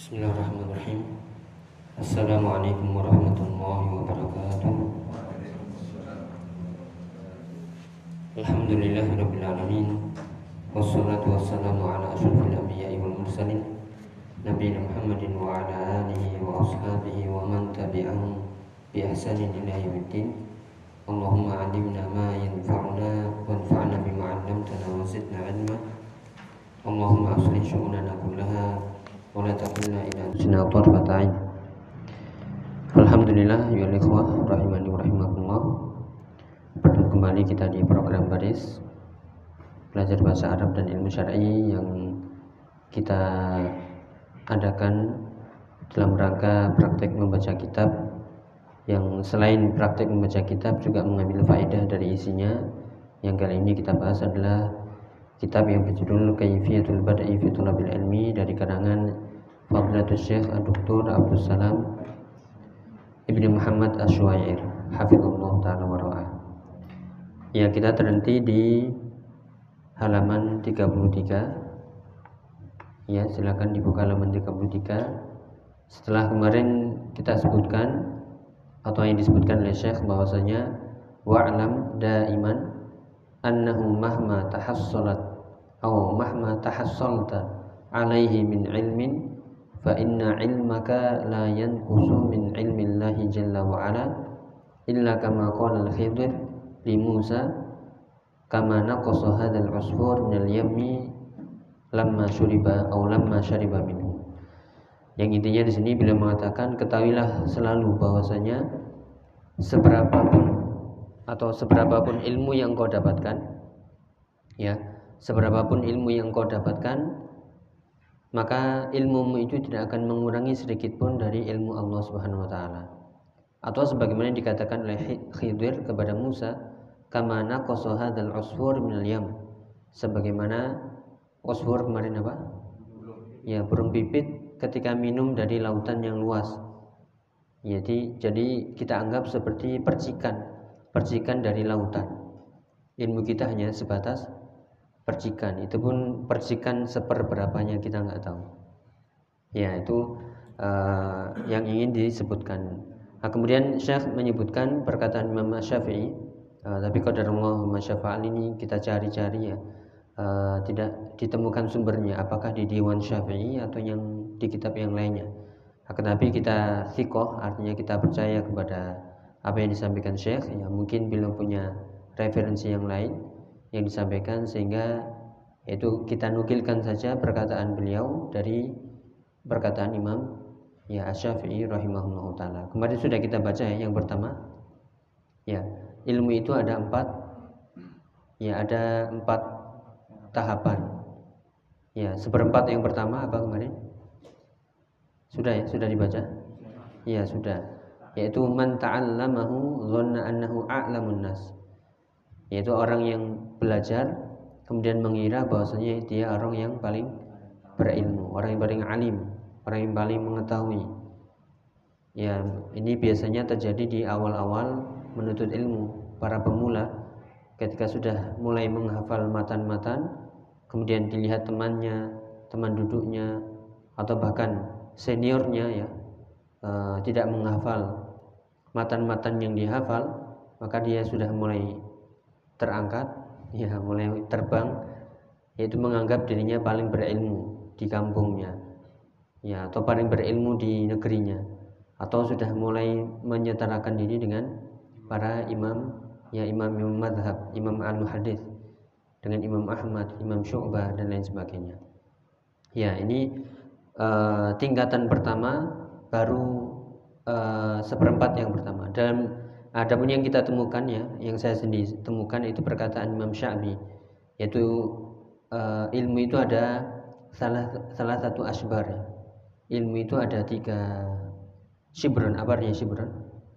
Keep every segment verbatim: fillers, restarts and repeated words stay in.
Bismillahirrahmanirrahim. Assalamualaikum warahmatullahi wabarakatuh. Alhamdulillahirabbil alamin. Wassalatu wassalamu ala asyrofil anbiya'i wal mursalin nabiyina Muhammadin wa ala alihi wa ashabihi wa man tabi'ahum bi ihsanin ila yaumiddin. Allahumma 'allimna ma yanfa'una wanfa'na bima 'allamtana wa zidna 'ilma. Allahumma aslih syu'unana kullaha wa la taqilna ila anfusina tarfata 'ain. Alhamdulillah ya ikhwah rahimani wa rahimakumullah. Bertemu kembali kita di program Baris Belajar Bahasa Arab dan Ilmu Syar'i yang kita adakan dalam rangka praktek membaca kitab, yang selain praktek membaca kitab juga mengambil faedah dari isinya. Yang kali ini kita bahas adalah kitab yang berjudul Kaifiyatul Bada'i fi Thalabil Ilmi dari karangan Fadilatul Syekh Doktor Abdul Salam Ibnu Muhammad Asy-Syuair hafizallahu taala wa ra'ah. Ya, kita terhenti di halaman tiga puluh tiga. Ya, silakan dibuka halaman tiga puluh tiga. Setelah kemarin kita sebutkan atau yang disebutkan oleh Syekh bahwasanya wa'lam daiman annahu mahma tahassalat aw mahma tahassalta alaihi min ilmin fa inna ilmaka la yanqusu min ilmillahi jalla wa ala illa kama qala al-Khidr li Musa kama naqasa hadzal usfur min al-yammi lamma syuriba aw lamma syariba minhu. Yang intinya di sini beliau mengatakan, ketahuilah selalu bahwasanya seberapapun atau seberapapun ilmu yang kau dapatkan, ya, seberapapun ilmu yang kau dapatkan, maka ilmumu itu tidak akan mengurangi sedikit pun dari ilmu Allah Subhanahu wa taala. Atau sebagaimana dikatakan oleh Khidir kepada Musa, kama naqasa hadzal usfur minal yam, sebagaimana usfur kemarin apa? Ya, burung pipit ketika minum dari lautan yang luas. Jadi jadi kita anggap seperti percikan, percikan dari lautan. Ilmu kita hanya sebatas percikan, itu pun percikan seperberapanya kita nggak tahu. Ya, itu uh, yang ingin disebutkan. Nah, kemudian Syekh menyebutkan perkataan Imam Syafi'i, uh, tapi qadarullah masyafa'al ini kita cari-cari ya, uh, tidak ditemukan sumbernya, apakah di Diwan Syafi'i atau yang di kitab yang lainnya. Akan tapi kita thiqah, artinya kita percaya kepada apa yang disampaikan Syekh. Ya, mungkin beliau punya referensi yang lain yang disampaikan, sehingga itu kita nukilkan saja perkataan beliau dari perkataan Imam ya Asy-Syafi'i rahimahullahu taala. Kemarin sudah kita baca ya, yang pertama ya, ilmu itu ada empat, ya ada empat tahapan. Ya, seperempat yang pertama apa kemarin? Sudah ya, sudah dibaca? Ya, sudah. Yaitu man ta'allamahu dhanna annahu a'lamun nas. Yaitu orang yang belajar kemudian mengira bahwasanya dia orang yang paling berilmu, orang yang paling alim, orang yang paling mengetahui. Ya, ini biasanya terjadi di awal-awal menuntut ilmu. Para pemula ketika sudah mulai menghafal matan-matan, kemudian dilihat temannya, teman duduknya, atau bahkan seniornya ya, e, tidak menghafal matan-matan yang dihafal, maka dia sudah mulai terangkat, ya mulai terbang, yaitu menganggap dirinya paling berilmu di kampungnya, ya, atau paling berilmu di negerinya, atau sudah mulai menyetarakan diri dengan para imam, ya imam imam madhab, imam al-muhadits, dengan Imam Ahmad, Imam Syu'bah dan lain sebagainya. Ya, ini uh, tingkatan pertama, baru uh, seperempat yang pertama. Dan adapun yang kita temukan ya, yang saya sendiri temukan itu perkataan Imam Sya'bi, yaitu uh, ilmu itu ada salah salah satu asbar. Ya. Ilmu itu ada tiga shibran. Apa artinya shibran?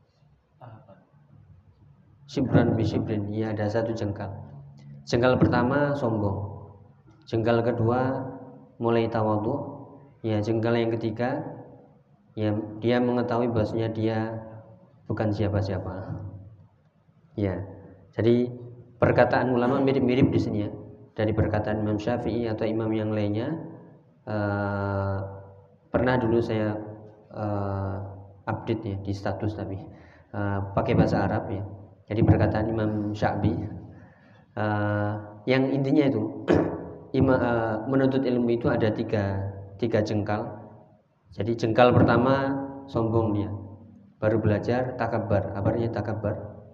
Shibran bi shibrin. Ya, ada satu jengkal. Jengkal pertama sombong. Jengkal kedua mulai tawadhu. Ya, jengkal yang ketiga ya dia mengetahui bahwasanya dia bukan siapa-siapa. Ya. Jadi perkataan ulama mirip-mirip di sini ya. Dari perkataan Imam Syafi'i atau imam yang lainnya, uh, pernah dulu saya uh, update ya di status tapi uh, pakai bahasa Arab ya. Jadi perkataan Imam Sya'bi uh, yang intinya itu ima, uh, menuntut ilmu itu ada tiga tiga jengkal. Jadi jengkal pertama sombong dia, baru belajar takabbar. Apa artinya takabbar?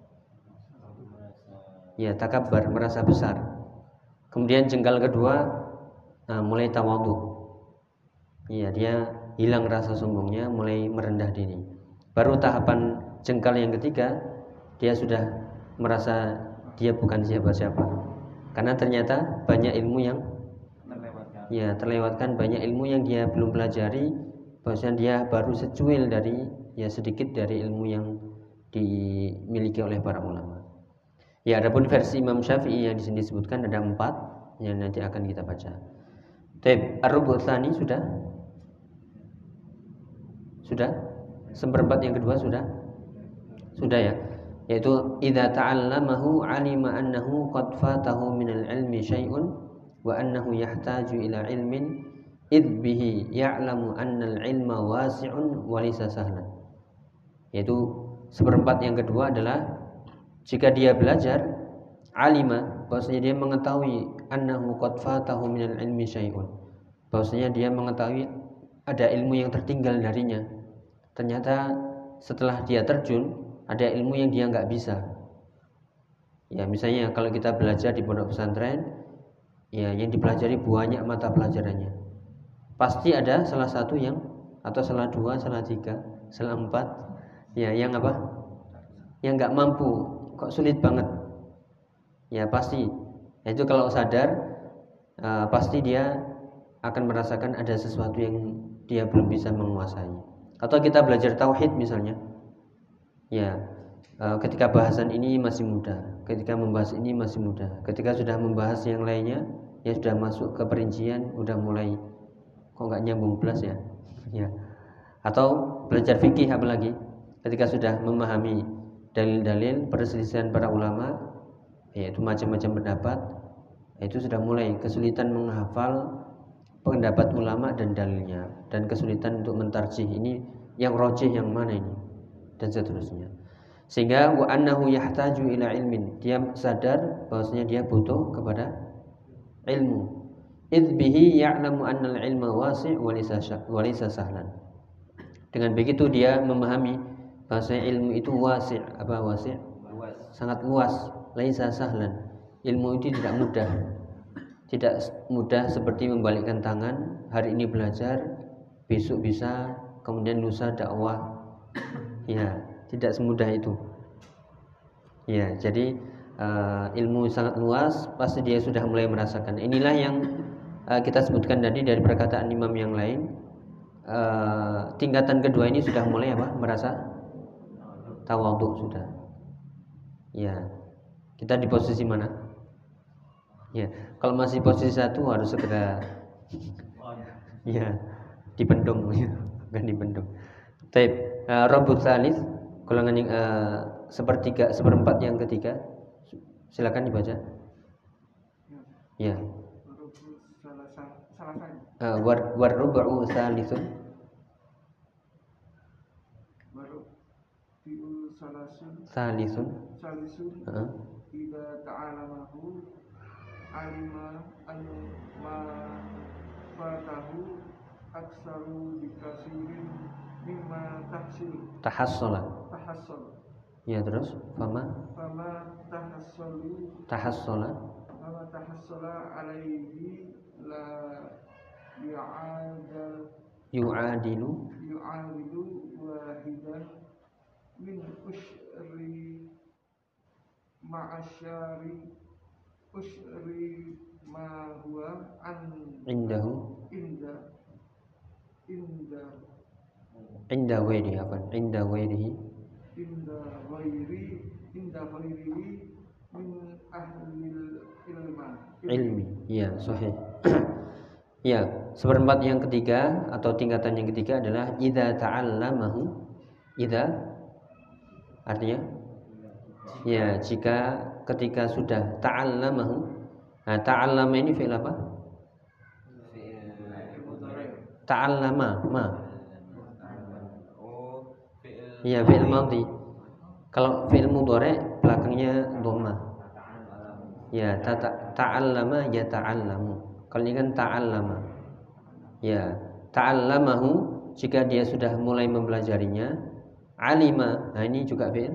Ya, takabbar, merasa besar. Kemudian jengkal kedua nah, mulai tawadhu. Iya, dia hilang rasa sombongnya, mulai merendah diri. Baru tahapan jengkal yang ketiga, dia sudah merasa dia bukan siapa-siapa. Karena ternyata banyak ilmu yang terlewatkan. Ya, terlewatkan banyak ilmu yang dia belum pelajari. Bahwasanya dia baru secuil dari ya sedikit dari ilmu yang dimiliki oleh para ulama. Ya, adapun versi Imam Syafi'i yang di sini disebutkan ada empat yang nanti akan kita baca. Taib, ar-rubu' tsani sudah? Sudah? Seperempat yang kedua sudah? Sudah ya. Yaitu idza ta'allamahu 'alima annahu qad fatahu minal ilmi syai'un wa annahu yahtaju ila ilmin idh bihi ya'lamu annal ilma wasi'un wa laysa sahlan. Yaitu seperempat yang kedua adalah jika dia belajar alima, bahwasanya dia mengetahui annahu qad fatahu minal ilmi syai'un, bahwasanya dia mengetahui ada ilmu yang tertinggal darinya. Ternyata setelah dia terjun ada ilmu yang dia nggak bisa. Ya, misalnya kalau kita belajar di pondok pesantren, ya yang dipelajari banyak mata pelajarannya. Pasti ada salah satu yang atau salah dua, salah tiga, salah empat, ya yang apa? Yang nggak mampu, kok sulit banget. Ya pasti. Itu kalau sadar, uh, pasti dia akan merasakan ada sesuatu yang dia belum bisa menguasai. Atau kita belajar tauhid misalnya, ya uh, ketika bahasan ini masih mudah, ketika membahas ini masih mudah, ketika sudah membahas yang lainnya, ya sudah masuk ke perincian, udah mulai kok nggak nyambung plus ya, ya. Atau belajar fikih apalagi, ketika sudah memahami dalil-dalil perselisihan para ulama, yaitu macam-macam pendapat, itu sudah mulai kesulitan menghafal pendapat ulama dan dalilnya, dan kesulitan untuk mentarjih ini yang rajih yang mana ini, dan seterusnya. Sehingga wa annahu yahtaju ila ilmin, dia sadar bahwasanya dia butuh kepada ilmu. Idh bihi ya'lamu annal ilma wasi' wa laysa sahlan. Dengan begitu dia memahami bahwasanya ilmu itu wasi', apa wasi'? Luas. Sangat luas, laysa sahlan. Ilmu itu tidak mudah. Tidak mudah seperti membalikkan tangan, hari ini belajar, besok bisa, kemudian lusa dakwah. Ya, tidak semudah itu. Ya, jadi uh, ilmu sangat luas, pasti dia sudah mulai merasakan. Inilah yang uh, kita sebutkan tadi dari perkataan imam yang lain. Uh, tingkatan kedua ini sudah mulai apa? Merasa tawadhu sudah. Ya, kita di posisi mana? Ya, kalau masih posisi satu harus segera, ya, dibendung, bukan dibendung. Taib, uh, robot salis, golongan yang uh, sepertiga, seperempat yang ketiga, silakan dibaca. Ya. Uh, war war rubu salisun. Salisun. Salisun. Heeh. Idza ta'alamahu alima an ma fatahu aksaru bikasirin mimma tahsil. Tahassala. Tahassal. Ya, terus fama fama tahassalu tahassala fama tahassala alaihi la yu'adal yu'adilu yu'adilu wahidan min usyri ma'asyari usyri ma huwa an indahu inda inda inda ghairi apa inda ghairihi inda ghairi inda ghairihi min ahlil ilma ilmi. Ya, sahih. Ya, seperempat yang ketiga atau tingkatan yang ketiga adalah idza ta'allamahu. Idza artinya ya, jika ketika sudah ta'allamahu. Nah, ta'allama ini fi'il apa? ta'allama ma. Oh, fi'il. Iya, fi'il madhi. Kalau fi'il mudhari belakangnya dhammah. Ya, ta'allama ya ta'allamu. Kalau ini kan ta'allama. Ya, ta'allamahu jika dia sudah mulai mempelajarinya. Alima, nah ini juga fi'il.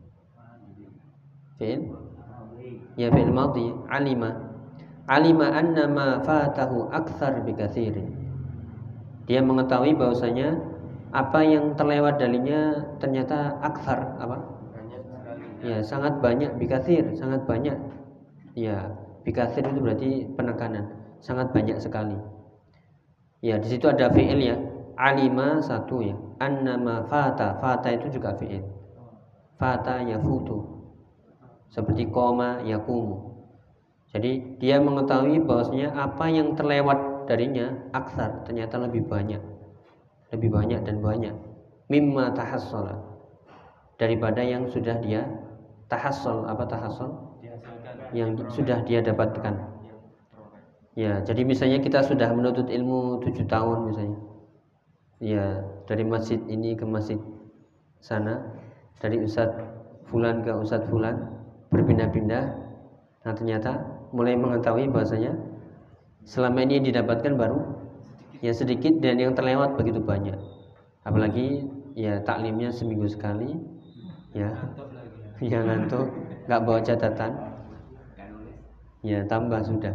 Fi'il. Ya, fi'il madhi. Alima. Alima anna ma fatahu akthar bikatsirin. Dia mengetahui bahwasanya apa yang terlewat darinya ternyata akthar apa? Banyak sekali. Ya, sangat banyak bikatsir, sangat banyak. Ya, bikatsir itu berarti penekanan, sangat banyak sekali. Ya, di situ ada fi'il ya. Alima satu ya. Anna ma fata, fata itu juga fi'il. Fata yafutu. Seperti qoma yaqumu. Jadi dia mengetahui bahwasanya apa yang terlewat darinya aksar, ternyata lebih banyak, lebih banyak dan banyak. Mimma tahassala, daripada yang sudah dia tahassal. Apa tahassal? Yang sudah dia dapatkan. Ya, jadi misalnya kita sudah menuntut ilmu tujuh tahun misalnya. Ya, dari masjid ini ke masjid sana, dari ustadz fulan ke ustadz fulan, berpindah-pindah. Nah, ternyata mulai mengetahui bahasanya selama ini didapatkan baru ya sedikit dan yang terlewat begitu banyak. Apalagi ya taklimnya seminggu sekali, ya, yang ngantuk, nggak bawa catatan, ya tambah sudah.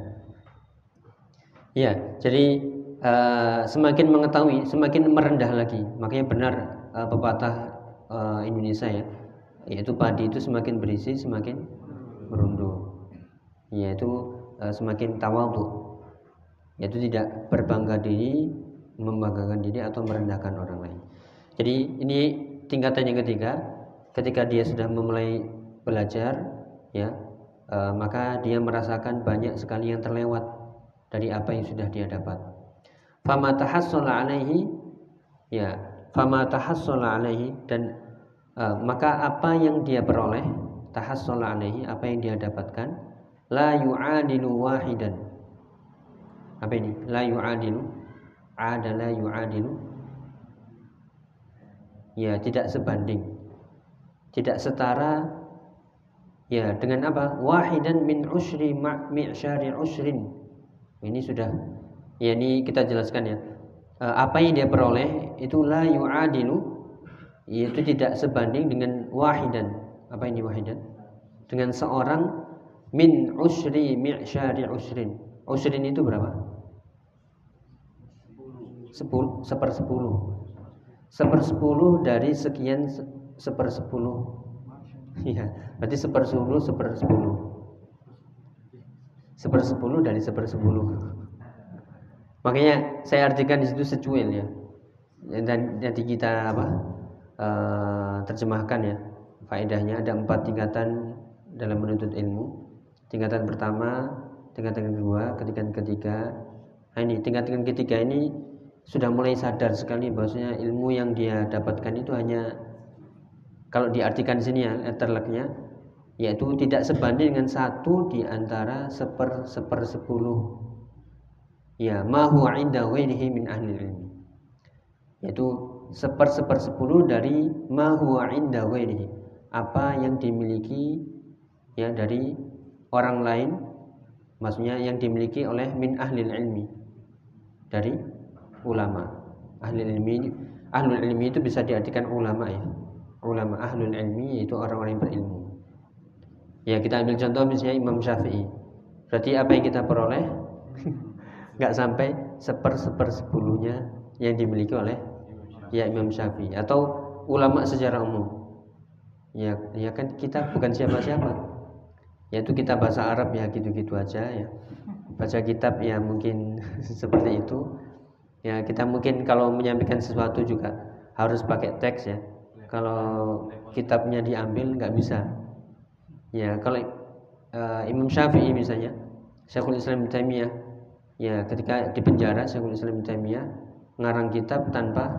Ya, jadi uh, semakin mengetahui, semakin merendah lagi. Makanya benar uh, pepatah uh, Indonesia ya, yaitu padi itu semakin berisi semakin merunduk. Yaitu uh, semakin tawadhu, yaitu tidak berbangga diri, membanggakan diri atau merendahkan orang lain. Jadi ini tingkatan yang ketiga, ketika dia sudah memulai belajar, ya, uh, maka dia merasakan banyak sekali yang terlewat dari apa yang sudah dia dapat. Fama tahassala alaihi, ya, fama tahassala alaihi, dan uh, maka apa yang dia peroleh, tahassala alaihi, apa yang dia dapatkan, la yu'adilu wahidan. Apa ini? La yu'adilu. Ada la yu'adilu. Ya, tidak sebanding, tidak setara. Ya, dengan apa? Wahidan min usri mi'syari usrin. Ini sudah, ya, ini kita jelaskan ya. Apa yang dia peroleh itu la yu'adilu, yaitu tidak sebanding dengan wahidan. Apa ini wahidan? Dengan seorang min usri mi'syari usrin. Usrin itu berapa? Sepuluh, sepersepuluh. Sepersepuluh dari sekian sepersepuluh. Iya, berarti sepersepuluh sepersepuluh. Sepersepuluh dari sepersepuluh. Makanya saya artikan di situ secuil ya. Dan nanti kita apa? Uh, terjemahkan ya. Faedahnya ada empat tingkatan dalam menuntut ilmu. Tingkatan pertama, tingkatan kedua, tingkatan ketiga. Nah ini tingkatan ketiga ini sudah mulai sadar sekali bahwasanya ilmu yang dia dapatkan itu hanya, kalau diartikan di sini ya letterleknya, yaitu tidak sebanding dengan satu di antara seper seper sepuluh. Ya, ma huwa inda ghairihi min ahli ilmi. Yaitu seper seper sepuluh dari ma huwa inda ghairihi, apa yang dimiliki ya dari orang lain, maksudnya yang dimiliki oleh min ahlil ilmi, dari ulama. Ahlul ilmi, ahlul ilmi itu bisa diartikan ulama ya. Ulama, ahlul ilmi yaitu orang-orang yang berilmu. Ya, kita ambil contoh misalnya Imam Syafi'i. Berarti apa yang kita peroleh nggak sampai seper seper sepuluhnya yang dimiliki oleh ya Imam Syafi'i atau ulama secara umum. Ya, ya kan kita bukan siapa-siapa. Yaitu kita bahasa Arab ya gitu-gitu aja ya. Baca kitab ya mungkin seperti itu. Ya, kita mungkin kalau menyampaikan sesuatu juga harus pakai teks ya. Kalau kitabnya diambil nggak bisa. Ya, kalau uh, Imam Syafi'i misalnya, Syekhul Islam Ibnu Taimiyah, ya ketika di penjara Syekhul Islam Ibnu Taimiyah ngarang kitab tanpa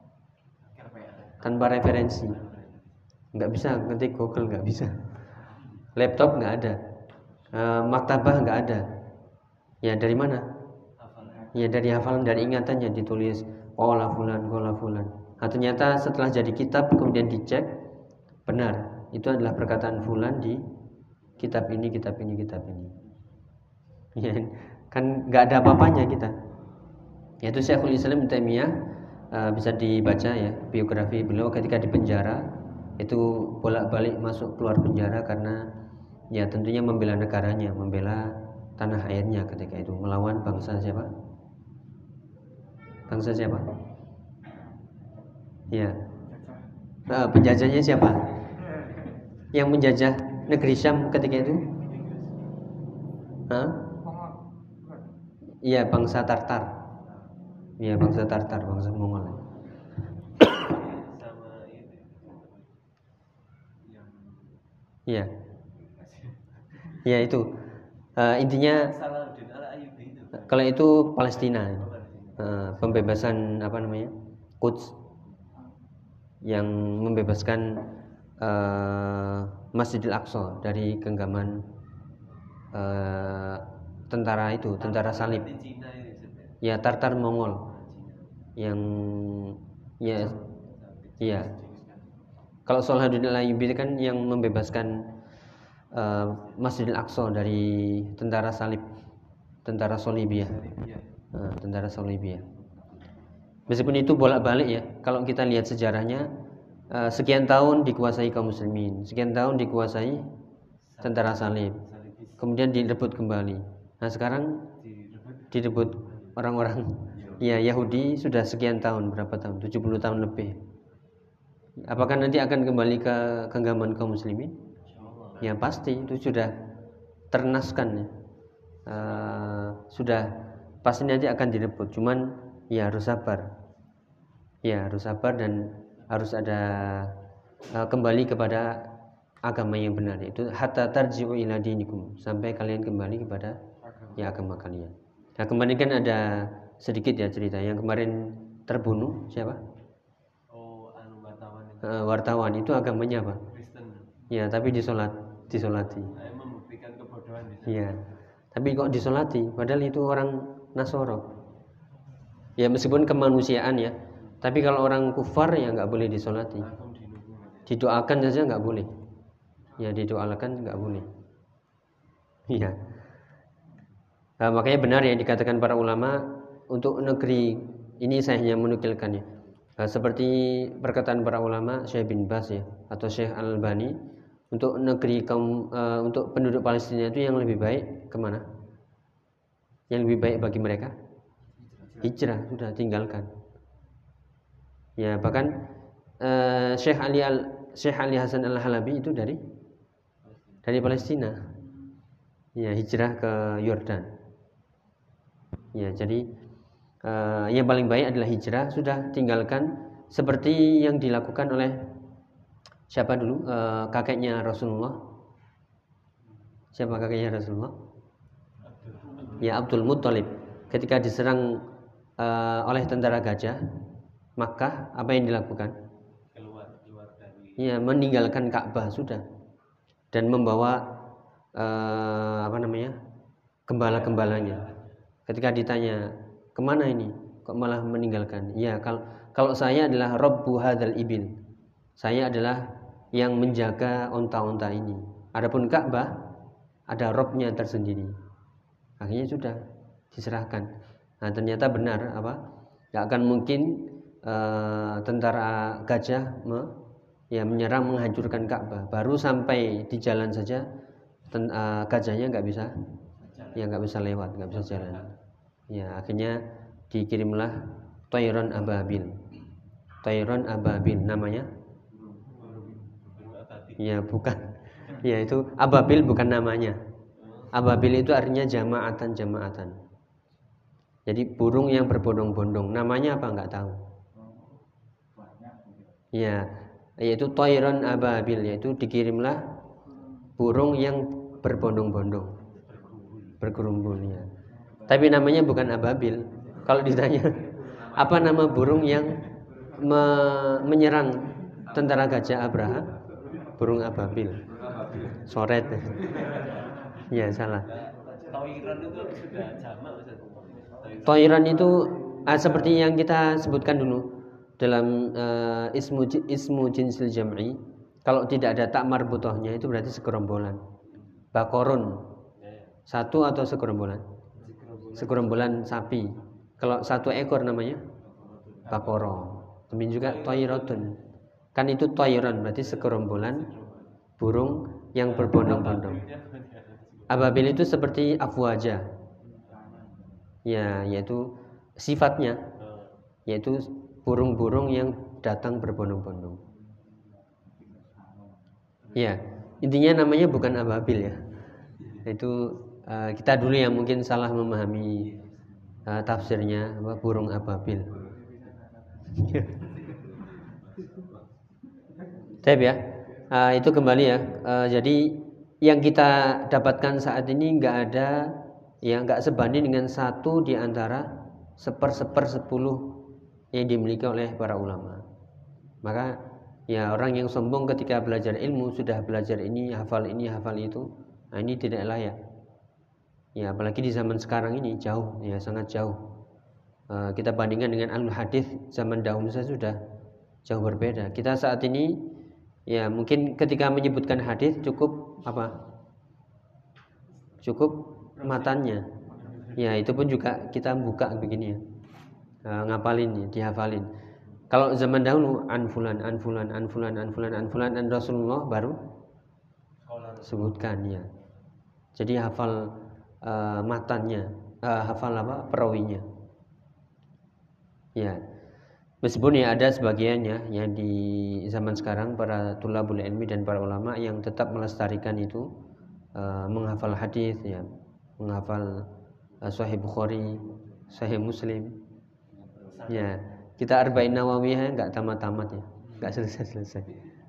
tanpa referensi. Nggak bisa ketik Google, nggak bisa. Laptop nggak ada, e, maktabah nggak ada. Ya dari mana? Ya dari hafalan, dari ingatannya ditulis qala fulan, qala fulan. Nah, ternyata setelah jadi kitab kemudian dicek, benar, itu adalah perkataan fulan di kitab ini, kitab ini, kitab ini. Ya, kan nggak ada apa-apanya kita. Yaitu Syekhul Islam Ibnu Taimiyah, uh, bisa dibaca ya biografi beliau ketika di penjara, itu bolak-balik masuk keluar penjara karena ya tentunya membela negaranya, membela tanah airnya ketika itu, melawan bangsa siapa? Bangsa siapa? Ya, uh, penjajahnya siapa? Yang menjajah negeri Syam ketika itu? Hah? Iya, bangsa Tartar. Iya, bangsa Tartar, bangsa Mongol. Sama ini. Yang Iya. Ya itu. Uh, intinya Salahuddin Al-Ayyubi itu. kalau itu Palestina. Uh, pembebasan apa namanya? Quds, yang membebaskan uh, Masjidil Aqsa dari genggaman uh, tentara itu, tentara salib. Di Cina ini sebenarnya. Ya, Tartar Mongol yang ya iya. Kalau Salahuddin Al-Ayyubi kan yang membebaskan uh, Masjidil Aqsa dari tentara salib, tentara Salibiyah. Uh, tentara Salibiyah. Meskipun itu bolak-balik ya, kalau kita lihat sejarahnya, uh, sekian tahun dikuasai kaum muslimin, sekian tahun dikuasai tentara salib, kemudian direbut kembali. Nah sekarang direbut orang-orang ya Yahudi sudah sekian tahun, berapa tahun? tujuh puluh tahun lebih. Apakah nanti akan kembali ke genggaman kaum muslimin? Ya pasti, itu sudah ternaskan ya. Uh, sudah pasti nanti akan direbut. Cuman ya harus sabar. Ya harus sabar dan harus ada uh, kembali kepada agama yang benar, itu hatta tarji'u ila dinikum, sampai kalian kembali kepada ya agama kalian. Nah kemarin kan ada sedikit ya cerita yang kemarin terbunuh siapa? Oh, anu wartawan itu. Uh, wartawan itu agamanya apa? Kristen. Ya tapi disolat, disolati. Saya membuktikan kebodohan di sana. Iya. Tapi kok disolati? Padahal itu orang Nasoro. Ya meskipun kemanusiaan ya. Tapi kalau orang kufar ya nggak boleh disolati. Langsung didukung aja. Didoakan saja nggak boleh. Ya didoakan nggak boleh. Iya. Nah, makanya benar ya dikatakan para ulama untuk negeri ini, saya hanya menukilkan ya. Nah, seperti perkataan para ulama Syekh bin Baz ya atau Syekh Al-Albani, untuk negeri kaum uh, untuk penduduk Palestina itu yang lebih baik kemana? Yang lebih baik bagi mereka hijrah, sudah tinggalkan. Ya bahkan uh, Syekh Ali Al Syekh Ali Hasan Al-Halabi itu dari dari Palestina. Ya hijrah ke Yordan. Ya jadi uh, yang paling baik adalah hijrah, sudah tinggalkan, seperti yang dilakukan oleh siapa dulu uh, kakeknya Rasulullah. Siapa kakeknya Rasulullah? Ya Abdul Muttalib. Ketika diserang uh, oleh tentara gajah Makkah, apa yang dilakukan? Keluar, keluar dari. Ya meninggalkan Ka'bah sudah, dan membawa uh, apa namanya gembala-gembalanya. Ketika ditanya kemana ini, kok malah meninggalkan? Ya kalau kalau saya adalah Rabbu hadzal ibil, saya adalah yang menjaga onta-onta ini. Adapun Ka'bah ada Robnya tersendiri. Akhirnya sudah diserahkan. Nah ternyata benar apa? Gak akan mungkin uh, tentara gajah me, ya menyerang menghancurkan Ka'bah. Baru sampai di jalan saja ten, uh, gajahnya nggak bisa, ya nggak bisa lewat, nggak bisa jalan. Ya akhirnya dikirimlah Tayron Ababil. Tayron Ababil namanya? Ya bukan. Ya itu Ababil bukan namanya. Ababil itu artinya jamaatan jamaatan. Jadi burung yang berbondong-bondong. Namanya apa nggak tahu. Ya, yaitu Tayron Ababil, yaitu dikirimlah burung yang berbondong-bondong, bergerumbul ya. Tapi namanya bukan Ababil. Kalau ditanya apa nama burung yang me- menyerang tentara gajah Abraha? Burung Ababil. Soret. Ya salah. Tawirun itu sudah jamak Ustaz. Toiran itu ah, seperti yang kita sebutkan dulu dalam uh, ismu ismu jinsil jam'i. Kalau tidak ada tak marbutohnya itu berarti segerombolan. Bakorun satu atau segerombolan? Segerombolan sapi. Kalau satu ekor namanya bakoro. Kemudian juga toirotun. Kan itu toiron berarti segerombolan burung yang berbondong-bondong. Ababil itu seperti afwaja. Ya, yaitu sifatnya yaitu burung-burung yang datang berbondong-bondong. Ya, intinya namanya bukan ababil ya. Itu uh, kita dulu yang mungkin salah memahami uh, tafsirnya apa burung ababil. Taip ya. Uh, itu kembali ya. Uh, jadi yang kita dapatkan saat ini nggak ada, ya nggak sebanding dengan satu di antara seper seper sepuluh yang dimiliki oleh para ulama. Maka ya orang yang sombong ketika belajar ilmu sudah belajar ini, hafal ini, hafal itu, nah ini tidak layak. Ya apalagi di zaman sekarang ini jauh, ya sangat jauh. Uh, kita bandingkan dengan ahlul hadis zaman dahulu saja sudah jauh berbeda. Kita saat ini ya mungkin ketika menyebutkan hadis cukup apa? Cukup matanya. Ya itu pun juga kita buka begini ya. Uh, ngapalin ya, dihafalin. Kalau zaman dahulu anfulan, anfulan, anfulan, anfulan, anfulan, an Rasulullah baru sebutkan ya. Jadi hafal uh, matannya, uh, hafal apa perawinya. Ya, meskipun ya ada sebagian ya yang di zaman sekarang para tulabul ilmi dan para ulama yang tetap melestarikan itu uh, menghafal hadis ya, menghafal uh, Sahih Bukhari, Sahih Muslim. Ya, kita arba'in nawawiyah enggak tamat-tamat ya, enggak selesai-selesai.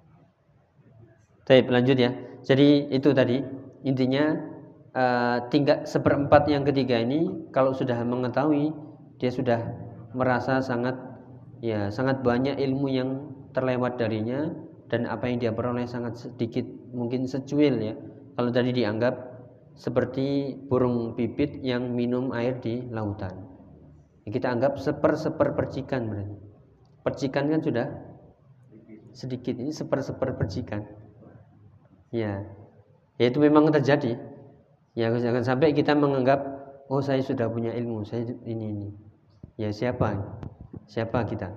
Baik, lanjut ya. Jadi itu tadi intinya uh, tingkat seperempat yang ketiga ini kalau sudah mengetahui dia sudah merasa sangat ya sangat banyak ilmu yang terlewat darinya dan apa yang dia peroleh sangat sedikit, mungkin secuil ya. Kalau tadi dianggap seperti burung pipit yang minum air di lautan. Kita anggap seper-seper percikan berarti. Percikan kan sudah sedikit, ini seper-seper percikan. Ya, ya itu memang terjadi. Ya jangan sampai kita menganggap oh saya sudah punya ilmu, saya ini ini. Ya siapa? Siapa kita?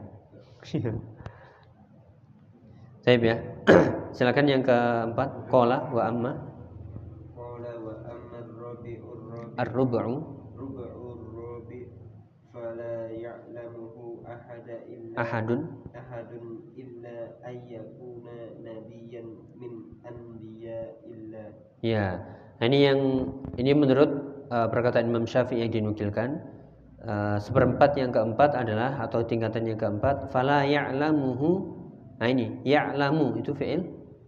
Baik ya. Silakan yang keempat, qala wa amma. Qala wa amma ar-rabi'ur rabi' Ar-rub'u rub'ur rabi' fala ya'lamuhu ahada illa ahadun ahadun illa ayyakuna nabiyyan min anbiya illa. Ya, ini yang ini menurut uh, perkataan Imam Syafi'i yang dinukilkan. Uh, seperempat yang keempat adalah atau tingkatan yang keempat fala ya'lamuhu. Nah ini ya'lamu itu fi'il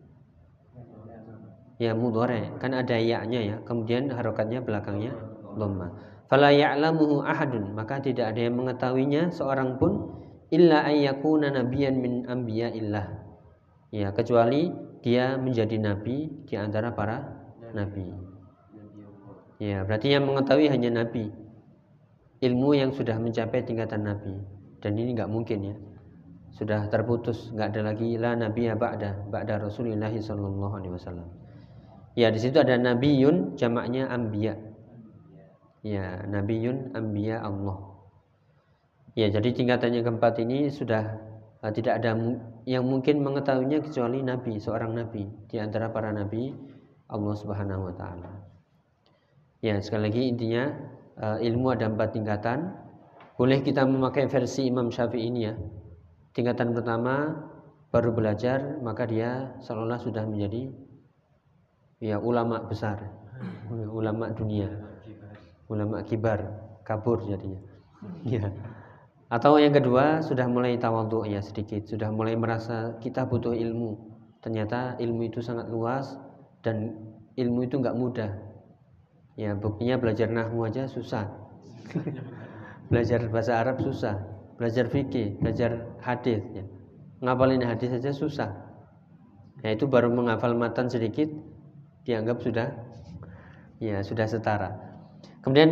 ya mudhari, kan ada ya-nya ya, kemudian harokatnya belakangnya dhamma. Fala ya'lamuhu ahadun, maka tidak ada yang mengetahuinya seorang pun illa ayyakuna nabiyyan min anbiya'illah. Ya, kecuali dia menjadi nabi di antara para nabi. Ya, berarti yang mengetahui hanya nabi. Ilmu yang sudah mencapai tingkatan nabi, dan ini enggak mungkin ya. Sudah terputus, enggak ada lagi la nabiyya ba'da ba'da Rasulullah sallallahu alaihi wasallam. Ya, di situ ada nabiyun jamaknya anbiya. Ya, nabiyun anbiya Allah. Ya, jadi tingkatan yang keempat ini sudah uh, tidak ada mu- yang mungkin mengetahuinya kecuali nabi, seorang nabi di antara para nabi Allah Subhanahu wa taala. Ya, sekali lagi intinya uh, ilmu ada empat tingkatan. Boleh kita memakai versi Imam Syafi'i ini ya. Tingkatan pertama baru belajar, maka dia seolah-olah sudah menjadi ya ulama besar, ulama dunia, ulama kibar, kabur jadinya. Ya. Atau yang kedua sudah mulai tawadhu ya sedikit, sudah mulai merasa kita butuh ilmu. Ternyata ilmu itu sangat luas dan ilmu itu enggak mudah. Ya, buktinya belajar nahwu aja susah. Belajar bahasa Arab susah, belajar fikih, belajar hadis ya. Ngapalin hadis saja susah. Ya, itu baru menghafal matan sedikit dianggap sudah ya sudah setara. Kemudian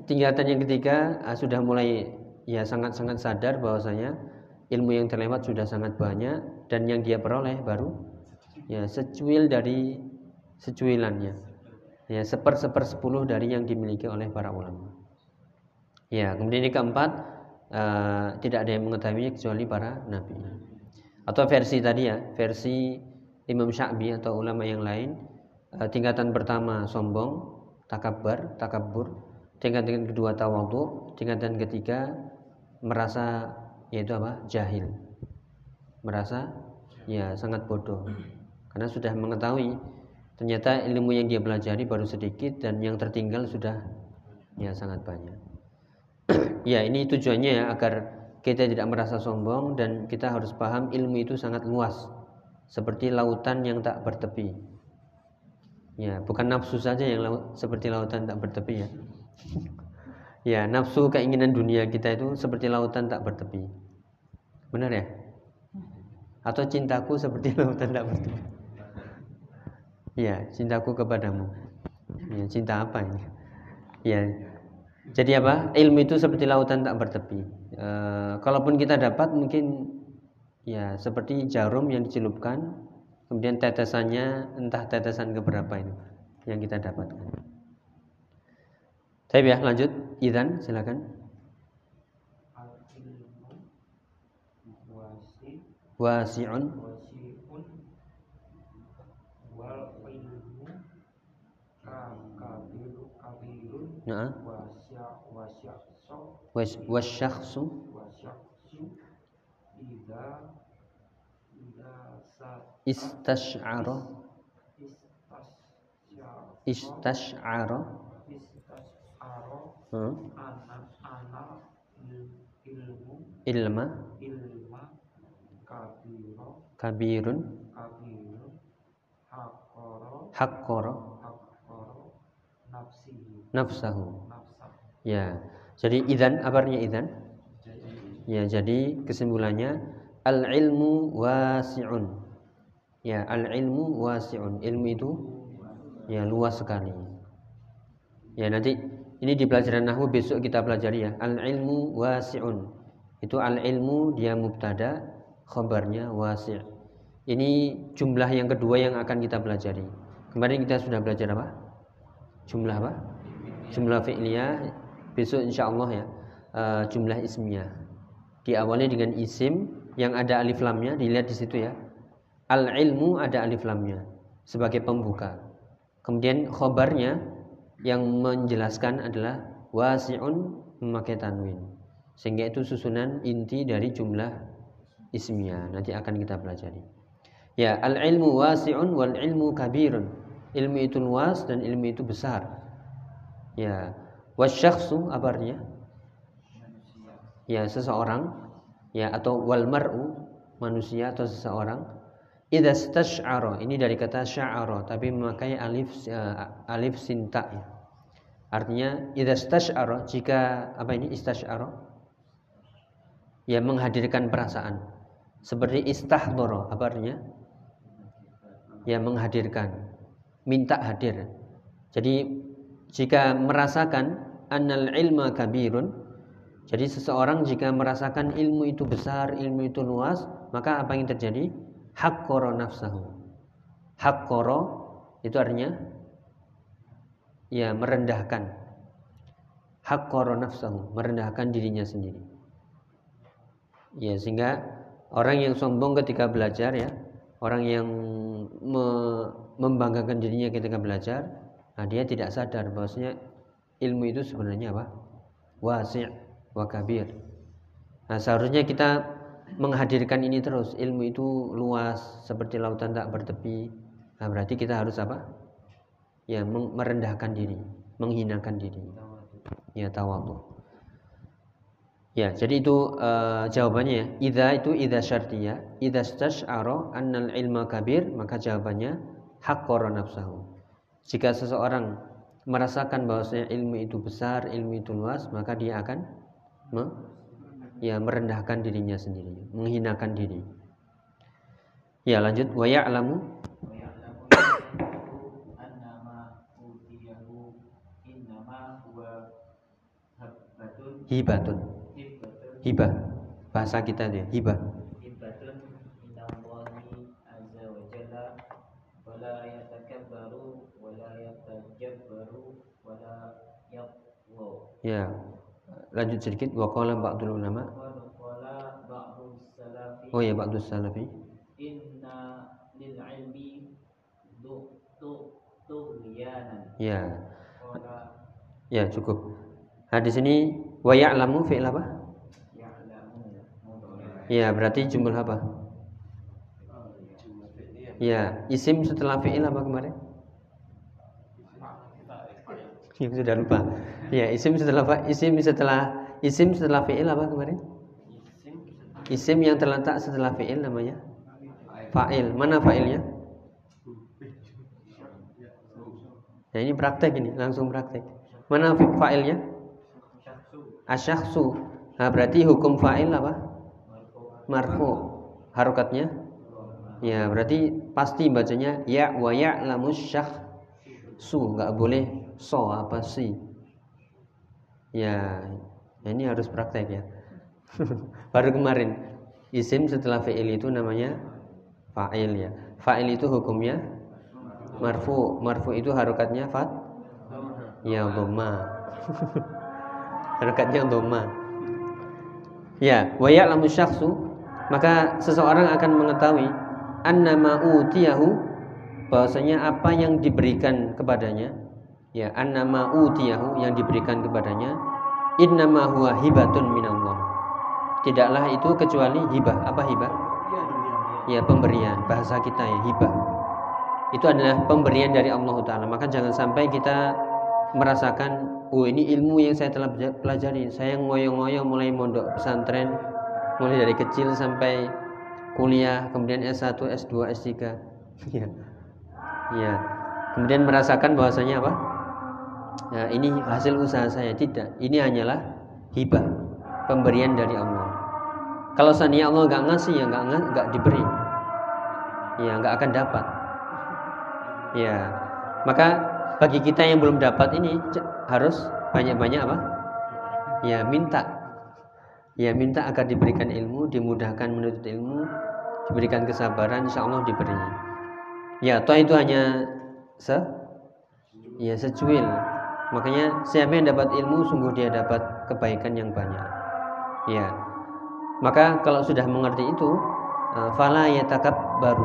tingkatan yang ketiga uh, sudah mulai ya sangat-sangat sadar bahwasanya ilmu yang terlewat sudah sangat banyak dan yang dia peroleh baru ya secuil dari secuilannya, ya seper seper sepuluh dari yang dimiliki oleh para ulama. Ya, kemudian yang keempat uh, tidak ada yang mengetahuinya kecuali para nabi. Atau versi tadi ya, versi Imam Sya'bi atau ulama yang lain, uh, tingkatan pertama sombong, takabbar, takabbur, tingkatan kedua tawadhu, tingkatan ketiga merasa yaitu apa? Jahil. Merasa ya sangat bodoh. Karena sudah mengetahui ternyata ilmu yang dia pelajari baru sedikit dan yang tertinggal sudah ya sangat banyak. Ya, ini tujuannya ya agar kita tidak merasa sombong dan kita harus paham ilmu itu sangat luas. Seperti lautan yang tak bertepi. Ya, bukan nafsu saja yang laut, seperti lautan tak bertepi ya. Ya, nafsu keinginan dunia kita itu seperti lautan tak bertepi. Benar ya? Atau cintaku seperti lautan tak bertepi. Ya, cintaku kepadamu. Ya, cinta apa ini? Ya. Jadi apa? Ilmu itu seperti lautan tak bertepi. E, kalaupun kita dapat mungkin ya seperti jarum yang dicelupkan, kemudian tetesannya entah tetesan keberapa ini yang kita dapatkan. Baik ya, lanjut. Idzan, silakan. Wasi'un wal ilmu kabirun nah wasya wasyaksu was wasyakhsu wasyaksu idza idza sa istash'ara istashya istash'ara istashara hmm. ana ana ilmu ilma ilma kabiro kabirun kabirun hakoro haqqara hakoro nafsihi nafsahu. nafsah. Ya. Jadi idzan apa artinya idzan? Ya, jadi kesimpulannya al-ilmu wasi'un. Ya, al-ilmu wasi'un. Ilmu itu ya luas sekali. Ya, nanti ini di pelajaran nahwu besok kita pelajari ya. Al-ilmu wasi'un. Itu al-ilmu dia mubtada, khabarnya wasi'. Ini jumlah yang kedua yang akan kita pelajari. Kemarin kita sudah belajar apa? Jumlah apa? Jumlah fi'liyah. Besok insyaallah ya uh, jumlah ismiyah. Diawali dengan isim yang ada alif lamnya, dilihat di situ ya. Al-ilmu ada alif lamnya sebagai pembuka. Kemudian khobarnya yang menjelaskan adalah wasi'un memakai tanwin. Sehingga itu susunan inti dari jumlah ismiyah. Nanti akan kita pelajari. Ya, al-ilmu wasi'un wal ilmu kabirun. Ilmu itu luas dan ilmu itu besar. Ya, wasyakhsu apa artinya? Ya, seseorang. Ya, atau wal mar'u manusia atau seseorang. Idza stash'ara, ini dari kata sya'ara tapi memakai alif uh, alif sinta ya. Artinya idza stash'ara, jika apa ini istash'ara? Ya, menghadirkan perasaan. Seperti istahdara, apa artinya? Ya, menghadirkan, minta hadir. Jadi jika merasakan annal ilma kabirun, jadi seseorang jika merasakan ilmu itu besar, ilmu itu luas, maka apa yang terjadi? Haqqara nafsahu. Haqqara itu artinya ya merendahkan. Haqqara nafsahu, merendahkan dirinya sendiri. Ya, sehingga orang yang sombong ketika belajar ya, orang yang me- membanggakan dirinya ketika belajar, nah dia tidak sadar bahwasanya ilmu itu sebenarnya apa? Wasi' wa kabir. Nah, seharusnya kita menghadirkan ini terus. Ilmu itu luas seperti lautan tak bertepi. Nah, berarti kita harus apa? Ya, merendahkan diri, menghinakan diri. Ya, tawadhu. Ya, jadi itu uh, jawabannya ya. Idza itu idza syartiyah, idza stash'ara annal ilma kabir, maka jawabannya haqqara nafsahu. Jika seseorang merasakan bahwasanya ilmu itu besar, ilmu itu luas, maka dia akan me, ya merendahkan dirinya sendiri, menghinakan diri. Ya, lanjut. Wa ya'lamu wa ya'lamu annama utiyahu innama huwa hibatun. Hibatun Hibah. Bahasa kita dia hibah. hibatun minallahi azza wa jalla wala yatakabbaru wala yatajabbaru wala yaqwa. Ya. Lanjut sedikit wa qala ba'dul ulama. Wa qala ba'dus salafi Oh ya ba'dus salafi. inna lil ilmi du tu tughyanan. Ya. Qala Ya cukup. Nah di sini wa ya'lamu fi'il apa? ya'lamu Ya berarti jumlah apa? Ya isim setelah fi'il apa kemarin? Ya sudah lupa. Ya isim setelah apa? Isim setelah isim setelah fi'il apa kemarin? Isim yang terletak setelah fi'il namanya fa'il. Mana fa'ilnya? Ya ini praktek ini, langsung praktek. Mana fa'ilnya? Asyakhsu. Nah, berarti hukum fa'il apa? Marfu. Harokatnya? Ya, berarti pasti bacanya ya wa ya'lamu syakhsu. Enggak boleh so apa si. Ya, ini harus praktek ya. Baru kemarin isim setelah fi'il itu namanya fa'il ya. Fa'il itu hukumnya marfu. Marfu itu harokatnya fat ya dhamma. Harokatnya dhamma. Ya, wa ya'lamu syakhsu, maka seseorang akan mengetahui annama utiyahu, bahwasanya apa yang diberikan kepadanya, ya annama utiyahu, yang diberikan kepadanya, innama huwa hibatun minallah. Tidaklah itu kecuali hibah. Apa hibah? Ya pemberian, bahasa kita ya hibah. Itu adalah pemberian dari Allah Ta'ala. Maka jangan sampai kita merasakan, oh ini ilmu yang saya telah pelajari, saya ngoyong-ngoyong mulai mondok pesantren, mulai dari kecil sampai kuliah, kemudian S satu, S dua, S tiga. Ya. Ya. Kemudian merasakan bahwasanya apa? Ya, ini hasil usaha saya. Tidak. Ini hanyalah hibah, pemberian dari Allah. Kalau seandainya Allah enggak ngasih, ya enggak enggak diberi. Ya, enggak akan dapat. Ya. Maka bagi kita yang belum dapat ini harus banyak-banyak apa? Ya minta. Ya minta agar diberikan ilmu, dimudahkan menuntut ilmu, diberikan kesabaran, insya Allah diberi. Ya toh itu hanya se, ya secuil. Makanya siapa yang dapat ilmu sungguh dia dapat kebaikan yang banyak. Ya. Maka kalau sudah mengerti itu, fala yatakabbaru.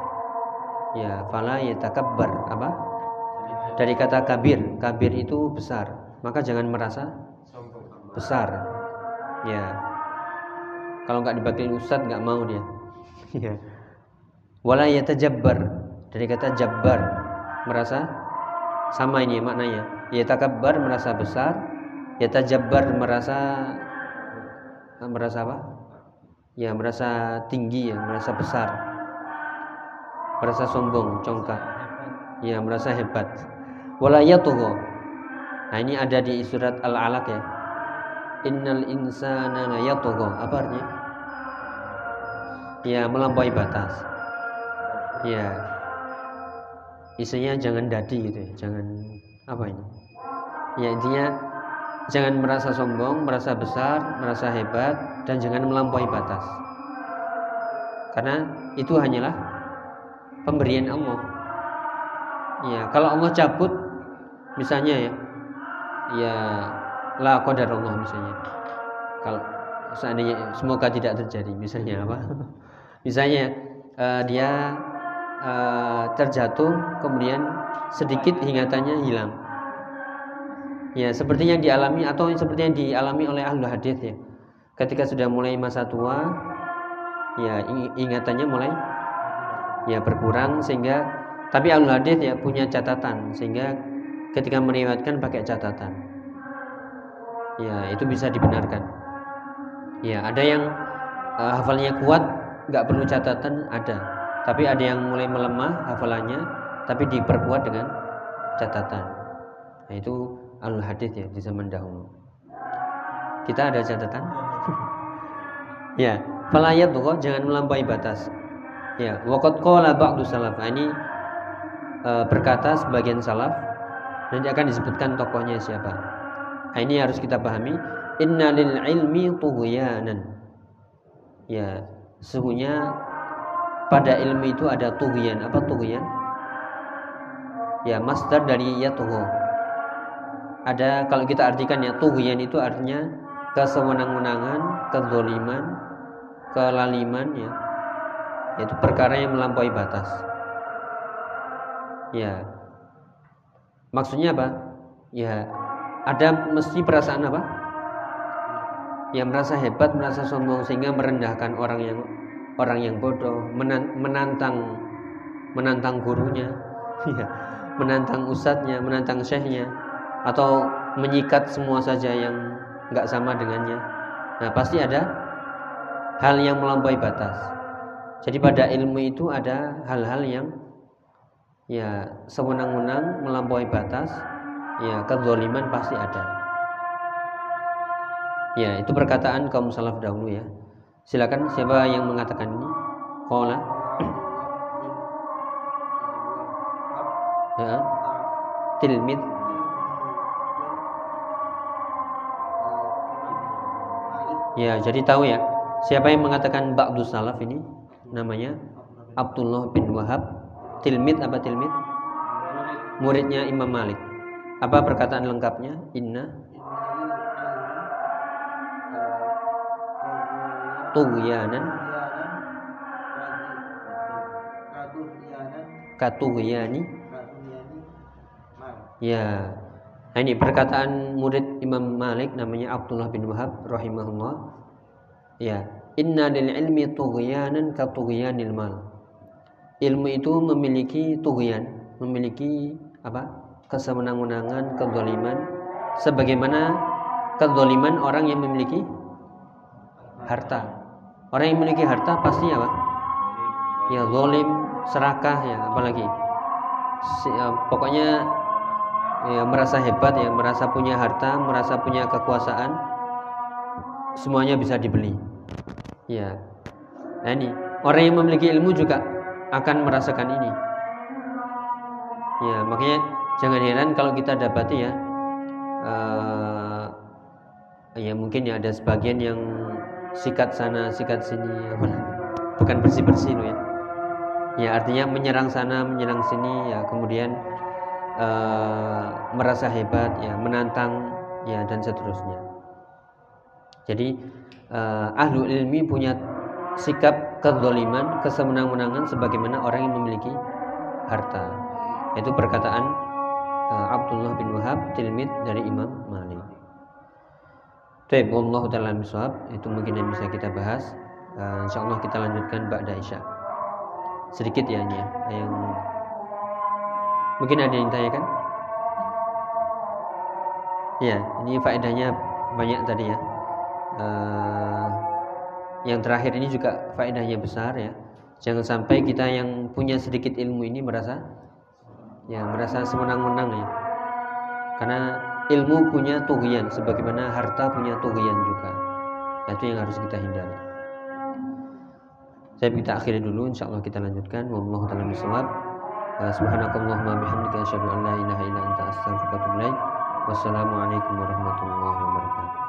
Ya, fala yatakabbar apa? Dari kata kabir, kabir itu besar, maka jangan merasa besar. Ya, kalau nggak dibagiin ustadz nggak mau dia. Ya, wala yatajabbar, dari kata jabbar, merasa sama ini maknanya. Yatakabbar merasa besar, yatajabbar merasa merasa apa? Ya merasa tinggi ya, merasa besar, merasa sombong, congkak. Ya merasa hebat. Walayatuhu. Nah ini ada di surat Al-Alaq ya. Innal insana la yatgha. Apa artinya? Ya melampaui batas. Ya. Isinya jangan dadi gitu ya. Jangan apa ini? Ya intinya jangan merasa sombong, merasa besar, merasa hebat, dan jangan melampaui batas. Karena itu hanyalah pemberian Allah. Ya, kalau Allah cabut misalnya ya, ya la qadarullah misalnya. Kalau seandainya semoga tidak terjadi misalnya apa? Misalnya uh, dia uh, terjatuh kemudian sedikit ingatannya hilang. Ya, seperti yang dialami atau seperti yang dialami oleh ahlul hadis ya. Ketika sudah mulai masa tua, ya ingatannya mulai ya berkurang sehingga tapi ahlul hadis ya punya catatan sehingga ketika meriwayatkan pakai catatan. Ya, itu bisa dibenarkan. Ya, ada yang uh, hafalnya kuat, nggak perlu catatan ada. Tapi ada yang mulai melemah hafalannya, tapi diperkuat dengan catatan. Nah, itu ahlul hadis ya di zaman dahulu. Kita ada catatan? Ya, falayat tuh jangan melampaui batas. Ya, waqad qala ba'du salaf. Ini uh, berkata sebagian salaf, nanti akan disebutkan tokohnya siapa. Nah, ini harus kita pahami inna lil ilmi tughyanan. Ya, sesungguhnya pada ilmu itu ada tughyan. Apa tughyan? Ya, masdar dari yatughu. Ada, kalau kita artikan ya, tughyan itu artinya kesewenang-wenangan, kezaliman, kelaliman ya. Yaitu perkara yang melampaui batas. Ya. Maksudnya apa? Ya, ada mesti perasaan apa? Ya, merasa hebat, merasa sombong sehingga merendahkan orang yang orang yang bodoh, menantang menantang gurunya, ya, menantang ustadznya, menantang syekhnya, atau menyikat semua saja yang enggak sama dengannya. Nah, pasti ada hal yang melampaui batas. Jadi pada ilmu itu ada hal-hal yang ya sewenang-wenang, melampaui batas, ya kezaliman pasti ada. Ya, itu perkataan kaum salaf dahulu ya. Silakan siapa yang mengatakan ini? Qala. Ya. Tilmid. Ya, jadi tahu ya. Siapa yang mengatakan ba'du salaf ini? Namanya Abdullah bin Wahab. Tilmid apa tilmid? Muridnya Imam Malik. Apa perkataan lengkapnya? Inna tughyanan katuhyani. Ya. Nah, ini perkataan murid Imam Malik namanya Abdullah bin Wahab rahimahullah. Ya, inna lil ilmi tughyanan katughyanil mal. Ilmu itu memiliki tughyan, memiliki apa? Kesewenang-wenangan, kezaliman, sebagaimana kezaliman orang yang memiliki harta. Orang yang memiliki harta pasti apa? Ya zalim, serakah ya, apalagi si, ya, pokoknya ya, merasa hebat ya, merasa punya harta, merasa punya kekuasaan, semuanya bisa dibeli. Ya. Nah, ini orang yang memiliki ilmu juga akan merasakan ini. Ya, makanya jangan heran kalau kita dapati ya, uh, ya mungkin ya ada sebagian yang sikat sana, sikat sini, ya, bukan bersih-bersih loh ya. Ya artinya menyerang sana, menyerang sini, ya kemudian uh, merasa hebat, ya menantang, ya dan seterusnya. Jadi uh, ahlu ilmi punya sikap kezaliman, kesemenang-menangan sebagaimana orang yang memiliki harta. Itu perkataan uh, Abdullah bin Wahab, tilmid dari Imam Malik. Baik, wallahu ta'ala bishawab. Itu mungkin yang bisa kita bahas. uh, Insyaallah kita lanjutkan ba'da isya. Sedikit ya ini ya, yang mungkin ada yang tanyakan? Ya, ini faedahnya banyak tadi ya. uh, Yang terakhir ini juga faedahnya besar ya. Jangan sampai kita yang punya sedikit ilmu ini merasa ya merasa semenang-menang ya. Karena ilmu punya tughyan sebagaimana harta punya tughyan juga. Itu yang harus kita hindari. Saya kita akhiri dulu, insyaallah kita lanjutkan. Wallahu ta'ala bishawab. Subhanakallahumma bihamdika asyhadu an la ilaha illa anta astaghfiruka wa atubu ilaik. Wassalamualaikum warahmatullahi wabarakatuh.